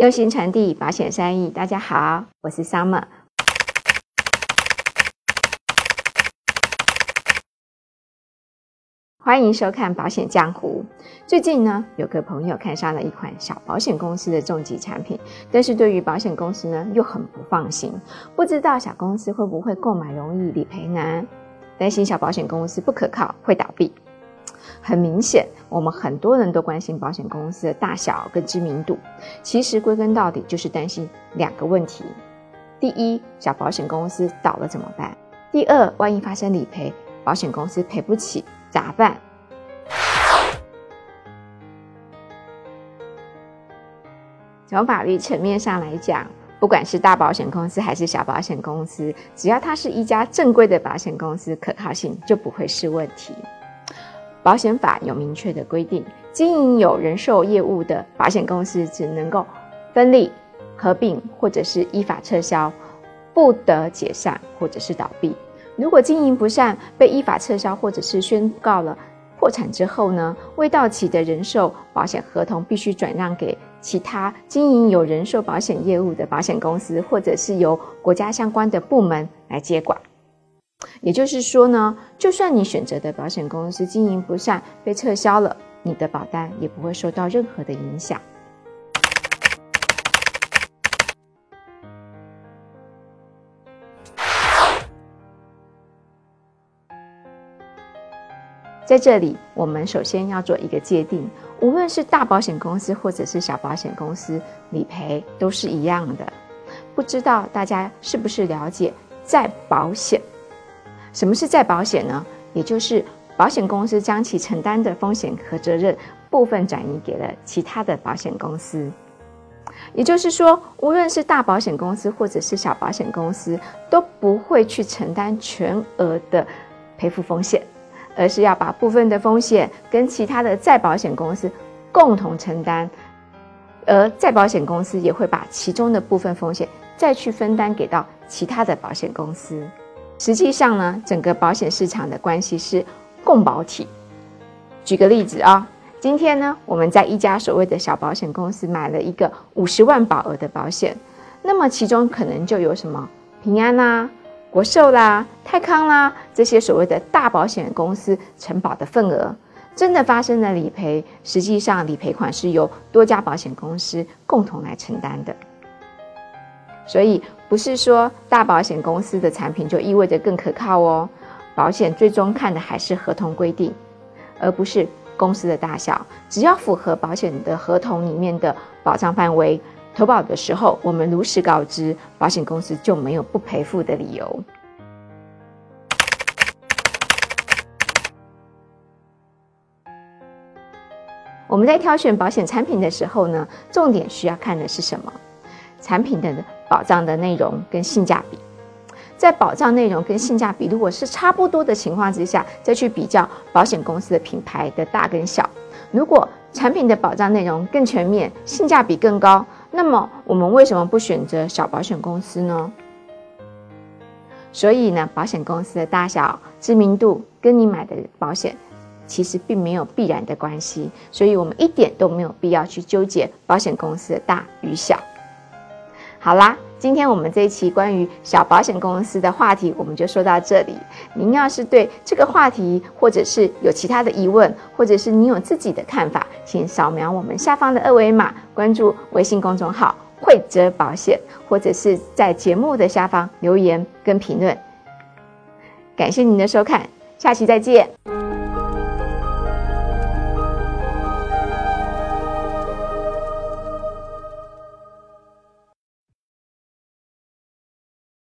用心传递保险善意。大家好，我是 Summer。欢迎收看保险江湖。最近呢，有个朋友看上了一款小保险公司的重疾产品，但是对于保险公司呢又很不放心，不知道小公司会不会购买容易理赔难，担心小保险公司不可靠会倒闭。很明显，我们很多人都关心保险公司的大小跟知名度，其实归根到底就是担心两个问题：第一，小保险公司倒了怎么办？第二，万一发生理赔，保险公司赔不起咋办？从法律层面上来讲，不管是大保险公司还是小保险公司，只要它是一家正规的保险公司，可靠性就不会是问题。保险法有明确的规定，经营有人寿业务的保险公司只能够分立、合并或者是依法撤销，不得解散或者是倒闭。如果经营不善被依法撤销或者是宣告了破产之后呢，未到期的人寿保险合同必须转让给其他经营有人寿保险业务的保险公司，或者是由国家相关的部门来接管。也就是说呢，就算你选择的保险公司经营不善被撤销了，你的保单也不会受到任何的影响。在这里，我们首先要做一个界定，无论是大保险公司或者是小保险公司，理赔都是一样的。不知道大家是不是了解再保险？什么是再保险呢？也就是保险公司将其承担的风险和责任部分转移给了其他的保险公司。也就是说，无论是大保险公司或者是小保险公司，都不会去承担全额的赔付风险，而是要把部分的风险跟其他的再保险公司共同承担，而再保险公司也会把其中的部分风险再去分担给到其他的保险公司。实际上呢，整个保险市场的关系是共保体。举个例子啊，今天呢，我们在一家所谓的小保险公司买了一个50万保额的保险，那么其中可能就有什么平安啦、国寿啦、泰康啦这些所谓的大保险公司承保的份额，真的发生了理赔，实际上理赔款是由多家保险公司共同来承担的。所以不是说大保险公司的产品就意味着更可靠哦，保险最终看的还是合同规定，而不是公司的大小。只要符合保险的合同里面的保障范围，投保的时候我们如实告知，保险公司就没有不赔付的理由。我们在挑选保险产品的时候呢，重点需要看的是什么？产品的保障的内容跟性价比。在保障内容跟性价比如果是差不多的情况之下，再去比较保险公司的品牌的大跟小。如果产品的保障内容更全面，性价比更高，那么我们为什么不选择小保险公司呢？所以呢，保险公司的大小、知名度跟你买的保险其实并没有必然的关系，所以我们一点都没有必要去纠结保险公司的大与小。好啦，今天我们这一期关于小保险公司的话题我们就说到这里。您要是对这个话题或者是有其他的疑问，或者是你有自己的看法，请扫描我们下方的二维码，关注微信公众号惠遮保险，或者是在节目的下方留言跟评论。感谢您的收看，下期再见。